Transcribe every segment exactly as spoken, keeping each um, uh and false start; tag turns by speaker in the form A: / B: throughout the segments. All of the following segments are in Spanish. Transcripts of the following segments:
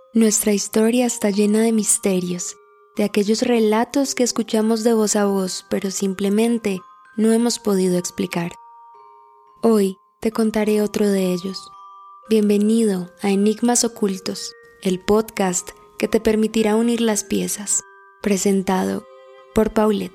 A: Nuestra historia está llena de misterios, de aquellos relatos que escuchamos de voz a voz, pero simplemente no hemos podido explicar. Hoy te contaré otro de ellos. Bienvenido a Enigmas Ocultos, el podcast que te permitirá unir las piezas, presentado por Paulette.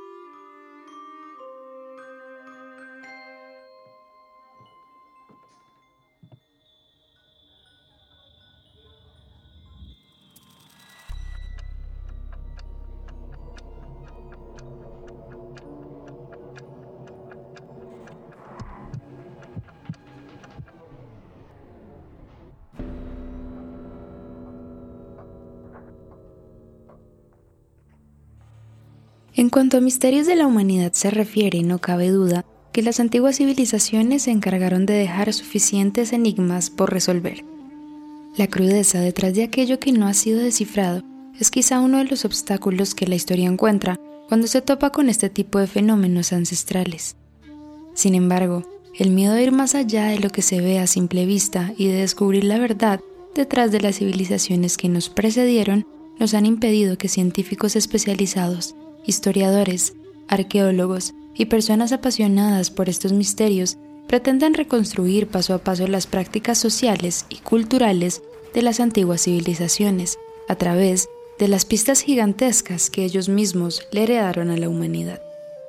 A: En cuanto a misterios de la humanidad se refiere, no cabe duda que las antiguas civilizaciones se encargaron de dejar suficientes enigmas por resolver. La crudeza detrás de aquello que no ha sido descifrado es quizá uno de los obstáculos que la historia encuentra cuando se topa con este tipo de fenómenos ancestrales. Sin embargo, el miedo de ir más allá de lo que se ve a simple vista y de descubrir la verdad detrás de las civilizaciones que nos precedieron nos han impedido que científicos especializados, historiadores, arqueólogos y personas apasionadas por estos misterios pretendan reconstruir paso a paso las prácticas sociales y culturales de las antiguas civilizaciones a través de las pistas gigantescas que ellos mismos le heredaron a la humanidad.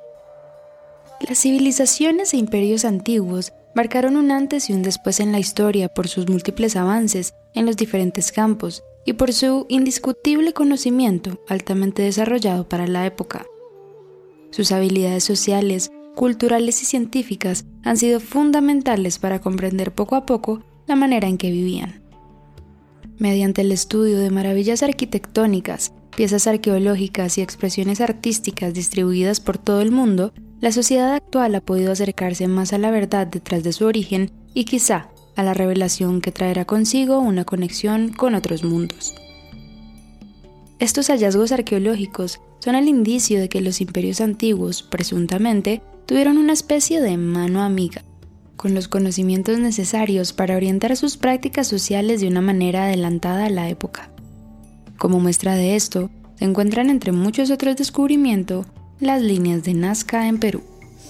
A: Las civilizaciones e imperios antiguos marcaron un antes y un después en la historia por sus múltiples avances en los diferentes campos y por su indiscutible conocimiento altamente desarrollado para la época. Sus habilidades sociales, culturales y científicas han sido fundamentales para comprender poco a poco la manera en que vivían. Mediante el estudio de maravillas arquitectónicas, piezas arqueológicas y expresiones artísticas distribuidas por todo el mundo, la sociedad actual ha podido acercarse más a la verdad detrás de su origen y quizá a la revelación que traerá consigo una conexión con otros mundos. Estos hallazgos arqueológicos son el indicio de que los imperios antiguos, presuntamente, tuvieron una especie de mano amiga, con los conocimientos necesarios para orientar sus prácticas sociales de una manera adelantada a la época. Como muestra de esto, se encuentran entre muchos otros descubrimientos las líneas de Nazca en Perú.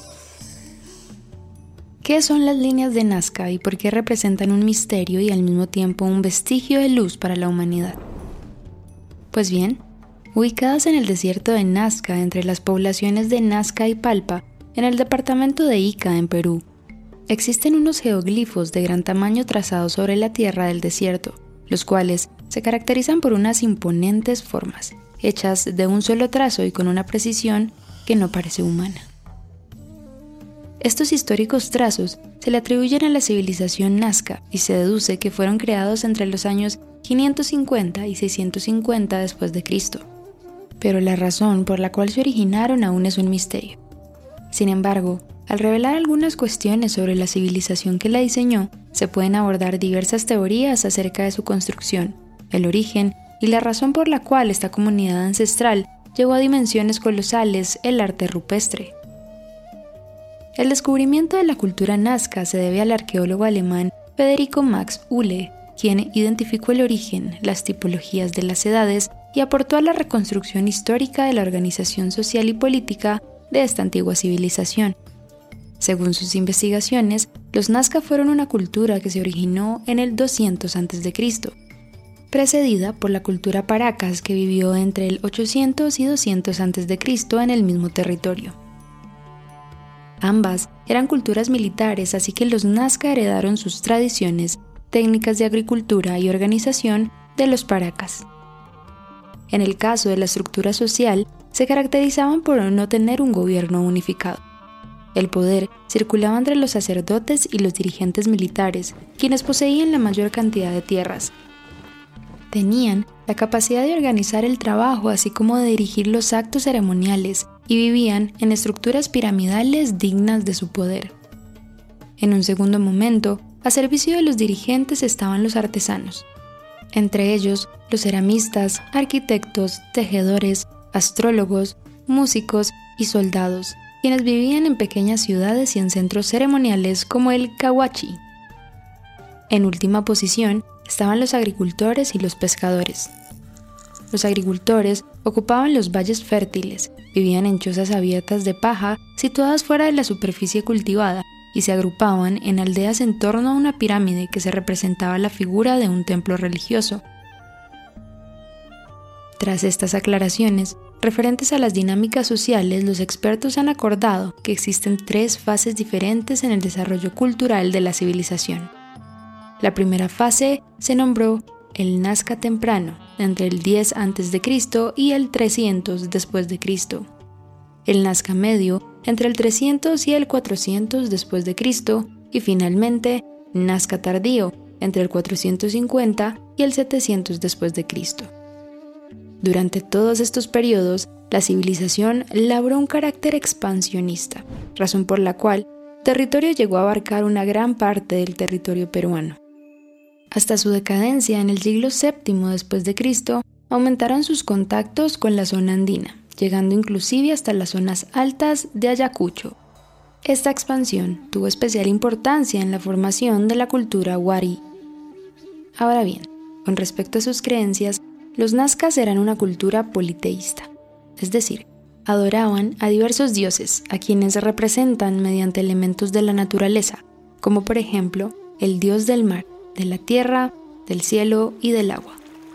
A: ¿Qué son las líneas de Nazca y por qué representan un misterio y al mismo tiempo un vestigio de luz para la humanidad? Pues bien, ubicadas en el desierto de Nazca entre las poblaciones de Nazca y Palpa, en el departamento de Ica, en Perú, existen unos geoglifos de gran tamaño trazados sobre la tierra del desierto, los cuales se caracterizan por unas imponentes formas, hechas de un solo trazo y con una precisión que no parece humana. Estos históricos trazos se le atribuyen a la civilización Nazca y se deduce que fueron creados entre los años quinientos cincuenta y seiscientos cincuenta después de Cristo. Pero la razón por la cual se originaron aún es un misterio. Sin embargo, al revelar algunas cuestiones sobre la civilización que la diseñó, se pueden abordar diversas teorías acerca de su construcción, el origen y la razón por la cual esta comunidad ancestral llevó a dimensiones colosales el arte rupestre. El descubrimiento de la cultura Nazca se debe al arqueólogo alemán Federico Max Uhle, quien identificó el origen, las tipologías de las edades y aportó a la reconstrucción histórica de la organización social y política de esta antigua civilización. Según sus investigaciones, los Nazca fueron una cultura que se originó en el doscientos antes de Cristo, precedida por la cultura Paracas que vivió entre el ochocientos y doscientos antes de Cristo en el mismo territorio. Ambas eran culturas militares, así que los Nazca heredaron sus tradiciones, técnicas de agricultura y organización de los Paracas. En el caso de la estructura social, se caracterizaban por no tener un gobierno unificado. El poder circulaba entre los sacerdotes y los dirigentes militares, quienes poseían la mayor cantidad de tierras. Tenían la capacidad de organizar el trabajo, así como de dirigir los actos ceremoniales, y vivían en estructuras piramidales dignas de su poder. En un segundo momento, a servicio de los dirigentes estaban los artesanos, entre ellos los ceramistas, arquitectos, tejedores, astrólogos, músicos y soldados, quienes vivían en pequeñas ciudades y en centros ceremoniales como el Cahuachi. En última posición estaban los agricultores y los pescadores. Los agricultores ocupaban los valles fértiles, vivían en chozas abiertas de paja situadas fuera de la superficie cultivada y se agrupaban en aldeas en torno a una pirámide que se representaba la figura de un templo religioso. Tras estas aclaraciones, referentes a las dinámicas sociales, los expertos han acordado que existen tres fases diferentes en el desarrollo cultural de la civilización. La primera fase se nombró el Nazca temprano, entre el diez antes de Cristo y el trescientos después de Cristo. El Nazca medio, entre el trescientos y el cuatrocientos después de Cristo, y finalmente Nazca tardío, entre el cuatrocientos cincuenta y el setecientos después de Cristo. Durante todos estos periodos, la civilización labró un carácter expansionista, razón por la cual el territorio llegó a abarcar una gran parte del territorio peruano. Hasta su decadencia en el siglo séptimo después de Cristo, aumentaron sus contactos con la zona andina, llegando inclusive hasta las zonas altas de Ayacucho. Esta expansión tuvo especial importancia en la formación de la cultura wari. Ahora bien, con respecto a sus creencias, los nazcas eran una cultura politeísta, es decir, adoraban a diversos dioses, a quienes representan mediante elementos de la naturaleza, como por ejemplo el dios del mar, de la tierra, del cielo y del agua.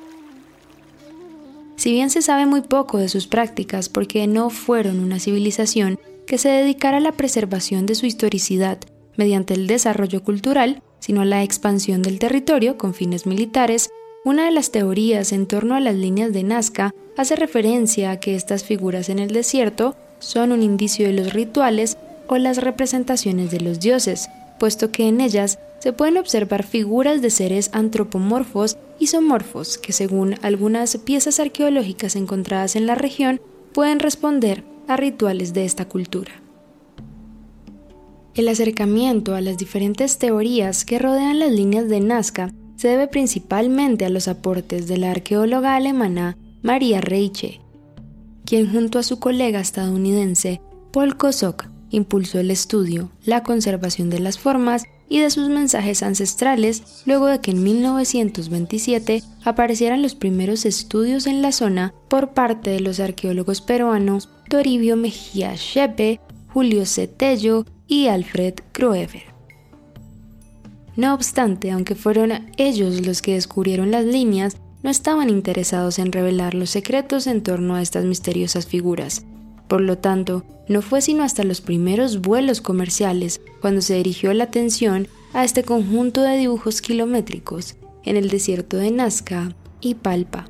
A: Si bien se sabe muy poco de sus prácticas porque no fueron una civilización que se dedicara a la preservación de su historicidad mediante el desarrollo cultural, sino a la expansión del territorio con fines militares, una de las teorías en torno a las líneas de Nazca hace referencia a que estas figuras en el desierto son un indicio de los rituales o las representaciones de los dioses, puesto que en ellas se pueden observar figuras de seres antropomorfos y zoomorfos que, según algunas piezas arqueológicas encontradas en la región, pueden responder a rituales de esta cultura. El acercamiento a las diferentes teorías que rodean las líneas de Nazca se debe principalmente a los aportes de la arqueóloga alemana Maria Reiche, quien junto a su colega estadounidense Paul Kosok impulsó el estudio, la conservación de las formas y de sus mensajes ancestrales luego de que en mil novecientos veintisiete aparecieran los primeros estudios en la zona por parte de los arqueólogos peruanos Toribio Mejía Shepe, Julio C. Tello y Alfred Kroeber. No obstante, aunque fueron ellos los que descubrieron las líneas, no estaban interesados en revelar los secretos en torno a estas misteriosas figuras. Por lo tanto, no fue sino hasta los primeros vuelos comerciales cuando se dirigió la atención a este conjunto de dibujos kilométricos en el desierto de Nazca y Palpa.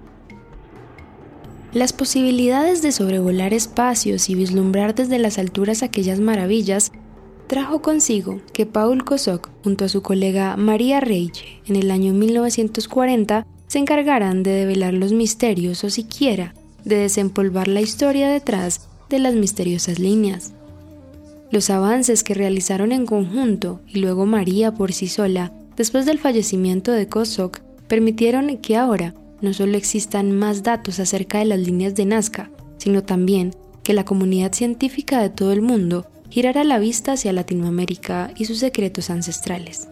A: Las posibilidades de sobrevolar espacios y vislumbrar desde las alturas aquellas maravillas trajo consigo que Paul Kosok, junto a su colega Maria Reiche, en el año mil novecientos cuarenta, se encargaran de develar los misterios o siquiera de desempolvar la historia detrás de las misteriosas líneas. Los avances que realizaron en conjunto y luego María por sí sola, después del fallecimiento de Kosok, permitieron que ahora no solo existan más datos acerca de las líneas de Nazca, sino también que la comunidad científica de todo el mundo girara la vista hacia Latinoamérica y sus secretos ancestrales.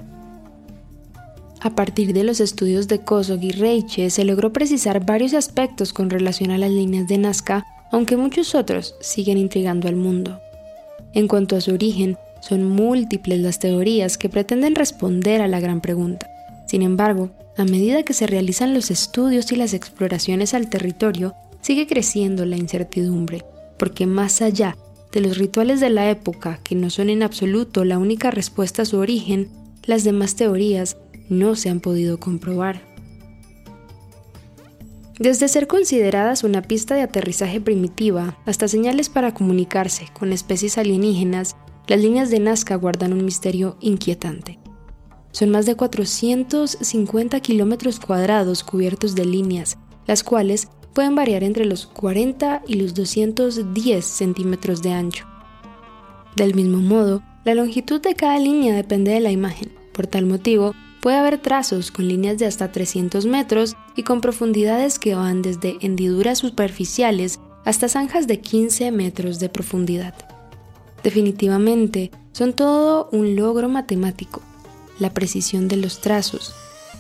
A: A partir de los estudios de Kosok y Reiche se logró precisar varios aspectos con relación a las líneas de Nazca, aunque muchos otros siguen intrigando al mundo. En cuanto a su origen, son múltiples las teorías que pretenden responder a la gran pregunta. Sin embargo, a medida que se realizan los estudios y las exploraciones al territorio, sigue creciendo la incertidumbre, porque más allá de los rituales de la época, que no son en absoluto la única respuesta a su origen, las demás teorías no se han podido comprobar. Desde ser consideradas una pista de aterrizaje primitiva hasta señales para comunicarse con especies alienígenas, las líneas de Nazca guardan un misterio inquietante. Son más de cuatrocientos cincuenta kilómetros cuadrados cubiertos de líneas, las cuales pueden variar entre los cuarenta y los doscientos diez centímetros de ancho. Del mismo modo, la longitud de cada línea depende de la imagen. Por tal motivo, puede haber trazos con líneas de hasta trescientos metros y con profundidades que van desde hendiduras superficiales hasta zanjas de quince metros de profundidad. Definitivamente, son todo un logro matemático, la precisión de los trazos.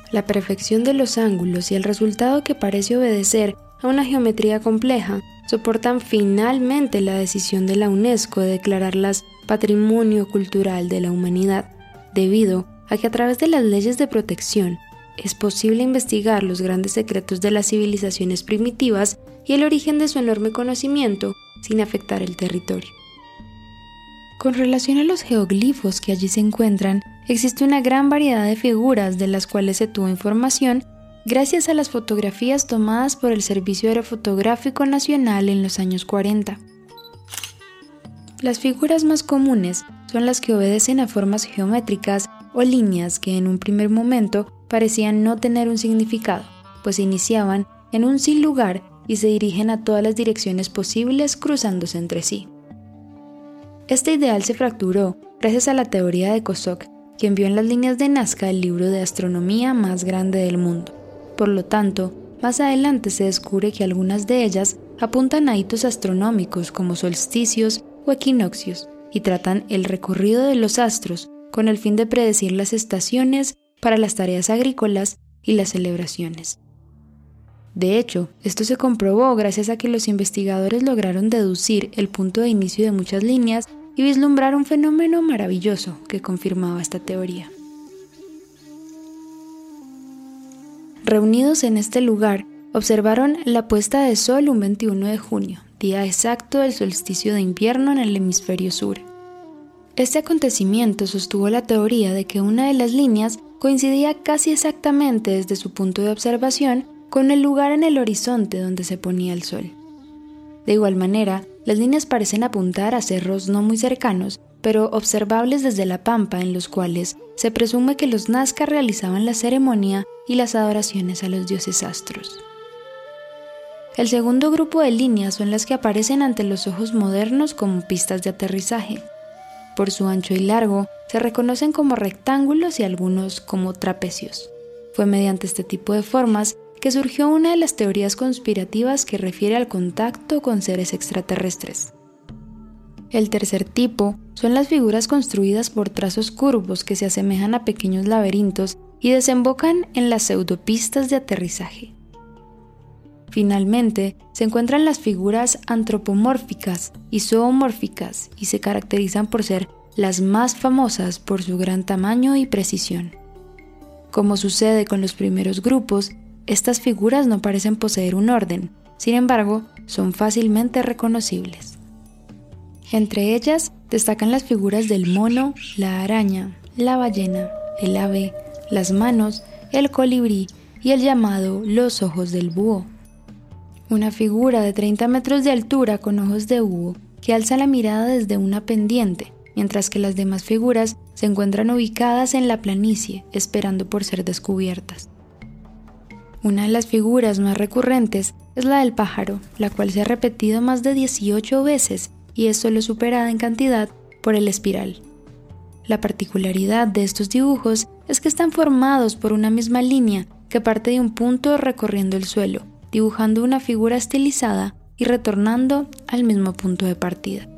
A: La perfección de los ángulos y el resultado que parece obedecer a una geometría compleja soportan finalmente la decisión de la UNESCO de declararlas Patrimonio Cultural de la Humanidad, debido a que a través de las leyes de protección es posible investigar los grandes secretos de las civilizaciones primitivas y el origen de su enorme conocimiento sin afectar el territorio. Con relación a los geoglifos que allí se encuentran, existe una gran variedad de figuras de las cuales se tuvo información gracias a las fotografías tomadas por el Servicio Aerofotográfico Nacional en los años cuarenta. Las figuras más comunes son las que obedecen a formas geométricas o líneas que en un primer momento parecían no tener un significado, pues iniciaban en un sin lugar y se dirigen a todas las direcciones posibles cruzándose entre sí. Este ideal se fracturó gracias a la teoría de Kosok, quien vio en las líneas de Nazca el libro de astronomía más grande del mundo. Por lo tanto, más adelante se descubre que algunas de ellas apuntan a hitos astronómicos como solsticios o equinoccios y tratan el recorrido de los astros con el fin de predecir las estaciones para las tareas agrícolas y las celebraciones. De hecho, esto se comprobó gracias a que los investigadores lograron deducir el punto de inicio de muchas líneas y vislumbrar un fenómeno maravilloso que confirmaba esta teoría. Reunidos en este lugar, observaron la puesta de sol un veintiuno de junio, día exacto del solsticio de invierno en el hemisferio sur. Este acontecimiento sostuvo la teoría de que una de las líneas coincidía casi exactamente desde su punto de observación con el lugar en el horizonte donde se ponía el sol. De igual manera, las líneas parecen apuntar a cerros no muy cercanos, pero observables desde la pampa, en los cuales se presume que los Nazca realizaban la ceremonia y las adoraciones a los dioses astros. El segundo grupo de líneas son las que aparecen ante los ojos modernos como pistas de aterrizaje. Por su ancho y largo, se reconocen como rectángulos y algunos como trapecios. Fue mediante este tipo de formas que surgió una de las teorías conspirativas que refiere al contacto con seres extraterrestres. El tercer tipo son las figuras construidas por trazos curvos que se asemejan a pequeños laberintos y desembocan en las pseudopistas de aterrizaje. Finalmente, se encuentran las figuras antropomórficas y zoomórficas y se caracterizan por ser las más famosas por su gran tamaño y precisión. Como sucede con los primeros grupos, estas figuras no parecen poseer un orden, sin embargo, son fácilmente reconocibles. Entre ellas destacan las figuras del mono, la araña, la ballena, el ave, las manos, el colibrí y el llamado los ojos del búho. Una figura de treinta metros de altura con ojos de búho que alza la mirada desde una pendiente, mientras que las demás figuras se encuentran ubicadas en la planicie, esperando por ser descubiertas. Una de las figuras más recurrentes es la del pájaro, la cual se ha repetido más de dieciocho veces y es solo superada en cantidad por el espiral. La particularidad de estos dibujos es que están formados por una misma línea que parte de un punto recorriendo el suelo, dibujando una figura estilizada y retornando al mismo punto de partida.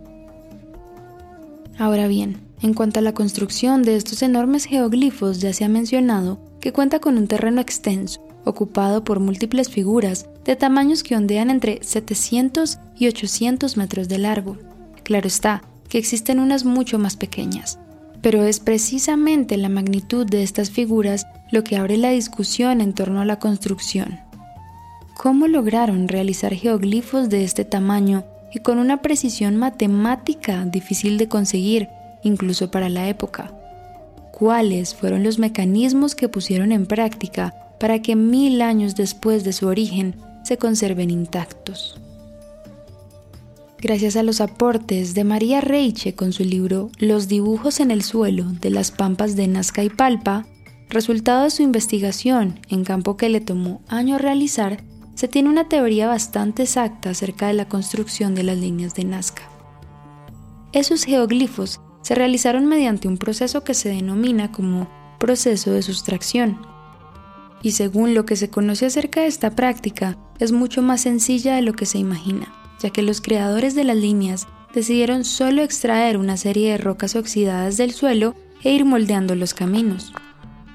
A: Ahora bien, en cuanto a la construcción de estos enormes geoglifos, ya se ha mencionado que cuenta con un terreno extenso, ocupado por múltiples figuras de tamaños que ondean entre setecientos y ochocientos metros de largo. Claro está que existen unas mucho más pequeñas, pero es precisamente la magnitud de estas figuras lo que abre la discusión en torno a la construcción. ¿Cómo lograron realizar geoglifos de este tamaño y con una precisión matemática difícil de conseguir, incluso para la época? ¿Cuáles fueron los mecanismos que pusieron en práctica para que mil años después de su origen se conserven intactos? Gracias a los aportes de María Reiche con su libro Los dibujos en el suelo de las pampas de Nazca y Palpa, resultado de su investigación en campo que le tomó años realizar, se tiene una teoría bastante exacta acerca de la construcción de las líneas de Nazca. Esos geoglifos se realizaron mediante un proceso que se denomina como proceso de sustracción. Y según lo que se conoce acerca de esta práctica, es mucho más sencilla de lo que se imagina, ya que los creadores de las líneas decidieron solo extraer una serie de rocas oxidadas del suelo e ir moldeando los caminos.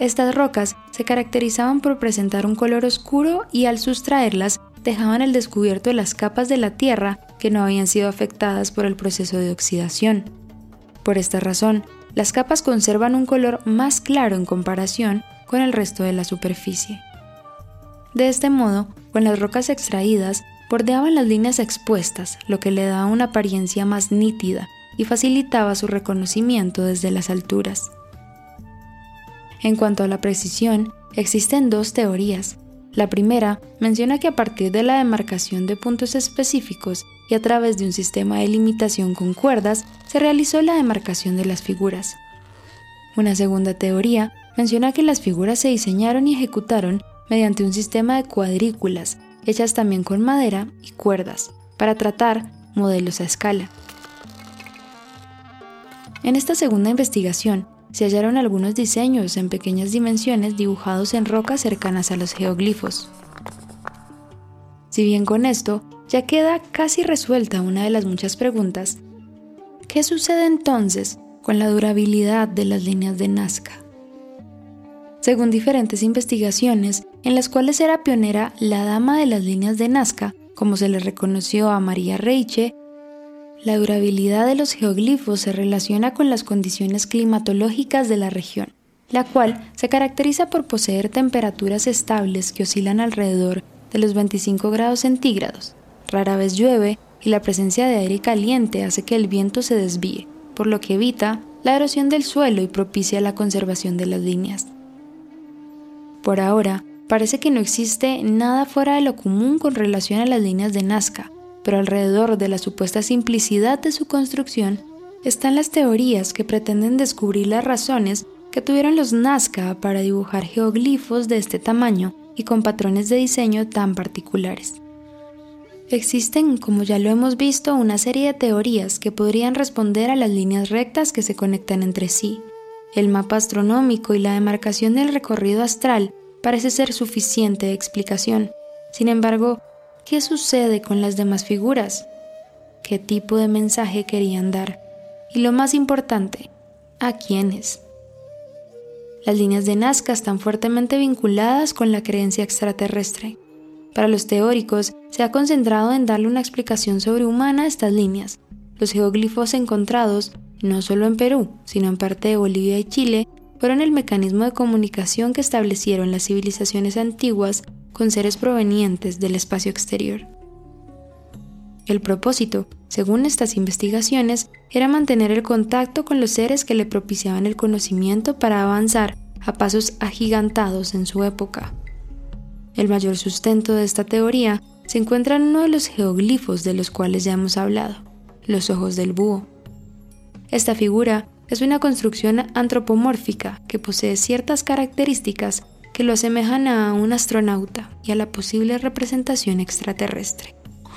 A: Estas rocas se caracterizaban por presentar un color oscuro y al sustraerlas dejaban al descubierto las capas de la Tierra que no habían sido afectadas por el proceso de oxidación. Por esta razón, las capas conservan un color más claro en comparación con el resto de la superficie. De este modo, con las rocas extraídas, bordeaban las líneas expuestas, lo que le daba una apariencia más nítida y facilitaba su reconocimiento desde las alturas. En cuanto a la precisión, existen dos teorías. La primera menciona que a partir de la demarcación de puntos específicos y a través de un sistema de limitación con cuerdas, se realizó la demarcación de las figuras. Una segunda teoría menciona que las figuras se diseñaron y ejecutaron mediante un sistema de cuadrículas, hechas también con madera y cuerdas, para tratar modelos a escala. En esta segunda investigación, se hallaron algunos diseños en pequeñas dimensiones dibujados en rocas cercanas a los geoglifos. Si bien con esto ya queda casi resuelta una de las muchas preguntas, ¿qué sucede entonces con la durabilidad de las líneas de Nazca? Según diferentes investigaciones, en las cuales era pionera la dama de las líneas de Nazca, como se le reconoció a María Reiche, la durabilidad de los geoglifos se relaciona con las condiciones climatológicas de la región, la cual se caracteriza por poseer temperaturas estables que oscilan alrededor de los veinticinco grados centígrados. Rara vez llueve y la presencia de aire caliente hace que el viento se desvíe, por lo que evita la erosión del suelo y propicia la conservación de las líneas. Por ahora, parece que no existe nada fuera de lo común con relación a las líneas de Nazca, pero alrededor de la supuesta simplicidad de su construcción están las teorías que pretenden descubrir las razones que tuvieron los Nazca para dibujar geoglifos de este tamaño y con patrones de diseño tan particulares. Existen, como ya lo hemos visto, una serie de teorías que podrían responder a las líneas rectas que se conectan entre sí. El mapa astronómico y la demarcación del recorrido astral parece ser suficiente explicación. Sin embargo, ¿qué sucede con las demás figuras? ¿Qué tipo de mensaje querían dar? Y lo más importante, ¿a quiénes? Las líneas de Nazca están fuertemente vinculadas con la creencia extraterrestre. Para los teóricos, se ha concentrado en darle una explicación sobrehumana a estas líneas. Los geoglifos encontrados, no solo en Perú, sino en parte de Bolivia y Chile, fueron el mecanismo de comunicación que establecieron las civilizaciones antiguas con seres provenientes del espacio exterior. El propósito, según estas investigaciones, era mantener el contacto con los seres que le propiciaban el conocimiento para avanzar a pasos agigantados en su época. El mayor sustento de esta teoría se encuentra en uno de los geoglifos de los cuales ya hemos hablado, los ojos del búho. Esta figura es una construcción antropomórfica que posee ciertas características que lo asemejan a un astronauta y a la posible representación extraterrestre.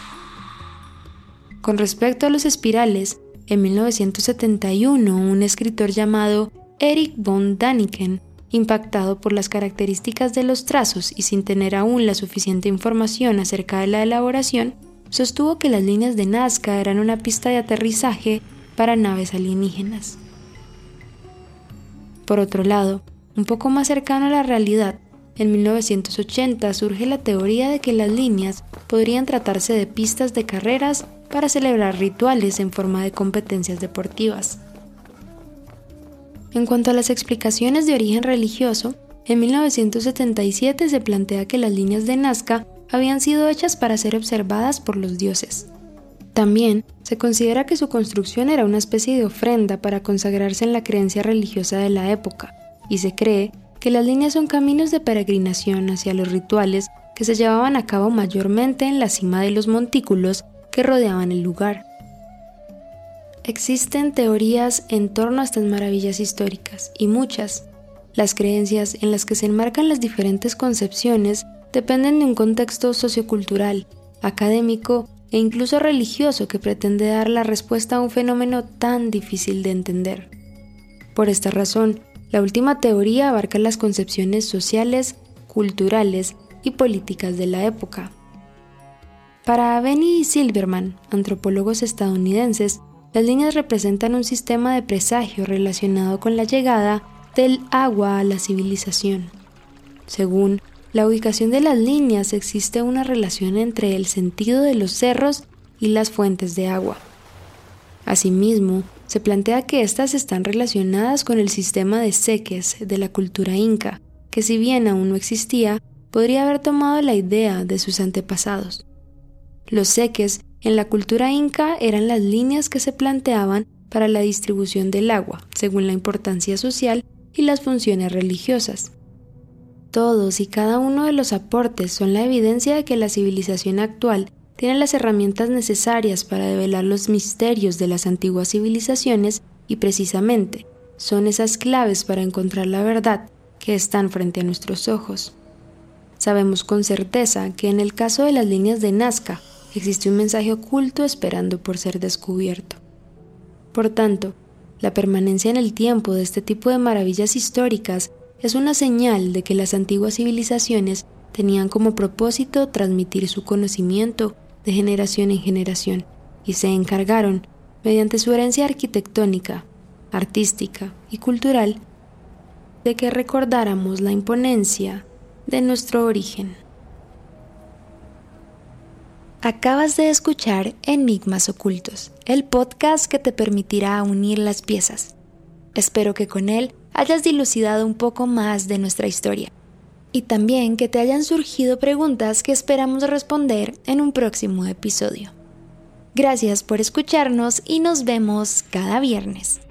A: Con respecto a los espirales, en mil novecientos setenta y uno un escritor llamado Erich von Däniken, impactado por las características de los trazos y sin tener aún la suficiente información acerca de la elaboración, sostuvo que las líneas de Nazca eran una pista de aterrizaje para naves alienígenas. Por otro lado, un poco más cercano a la realidad, en mil novecientos ochenta surge la teoría de que las líneas podrían tratarse de pistas de carreras para celebrar rituales en forma de competencias deportivas. En cuanto a las explicaciones de origen religioso, en mil novecientos setenta y siete se plantea que las líneas de Nazca habían sido hechas para ser observadas por los dioses. También se considera que su construcción era una especie de ofrenda para consagrarse en la creencia religiosa de la época, y se cree que las líneas son caminos de peregrinación hacia los rituales que se llevaban a cabo mayormente en la cima de los montículos que rodeaban el lugar. Existen teorías en torno a estas maravillas históricas, y muchas. Las creencias en las que se enmarcan las diferentes concepciones dependen de un contexto sociocultural, académico e incluso religioso que pretende dar la respuesta a un fenómeno tan difícil de entender. Por esta razón, la última teoría abarca las concepciones sociales, culturales y políticas de la época. Para Benny y Silverman, antropólogos estadounidenses, las líneas representan un sistema de presagio relacionado con la llegada del agua a la civilización. Según la ubicación de las líneas, existe una relación entre el sentido de los cerros y las fuentes de agua. Asimismo, se plantea que éstas están relacionadas con el sistema de seques de la cultura inca, que si bien aún no existía, podría haber tomado la idea de sus antepasados. Los seques en la cultura inca eran las líneas que se planteaban para la distribución del agua, según la importancia social y las funciones religiosas. Todos y cada uno de los aportes son la evidencia de que la civilización actual tiene las herramientas necesarias para develar los misterios de las antiguas civilizaciones y precisamente son esas claves para encontrar la verdad que están frente a nuestros ojos. Sabemos con certeza que en el caso de las líneas de Nazca existe un mensaje oculto esperando por ser descubierto. Por tanto, la permanencia en el tiempo de este tipo de maravillas históricas es una señal de que las antiguas civilizaciones tenían como propósito transmitir su conocimiento de generación en generación y se encargaron, mediante su herencia arquitectónica, artística y cultural, de que recordáramos la imponencia de nuestro origen. Acabas de escuchar Enigmas Ocultos, el podcast que te permitirá unir las piezas. Espero que con él hayas dilucidado un poco más de nuestra historia y también que te hayan surgido preguntas que esperamos responder en un próximo episodio. Gracias por escucharnos y nos vemos cada viernes.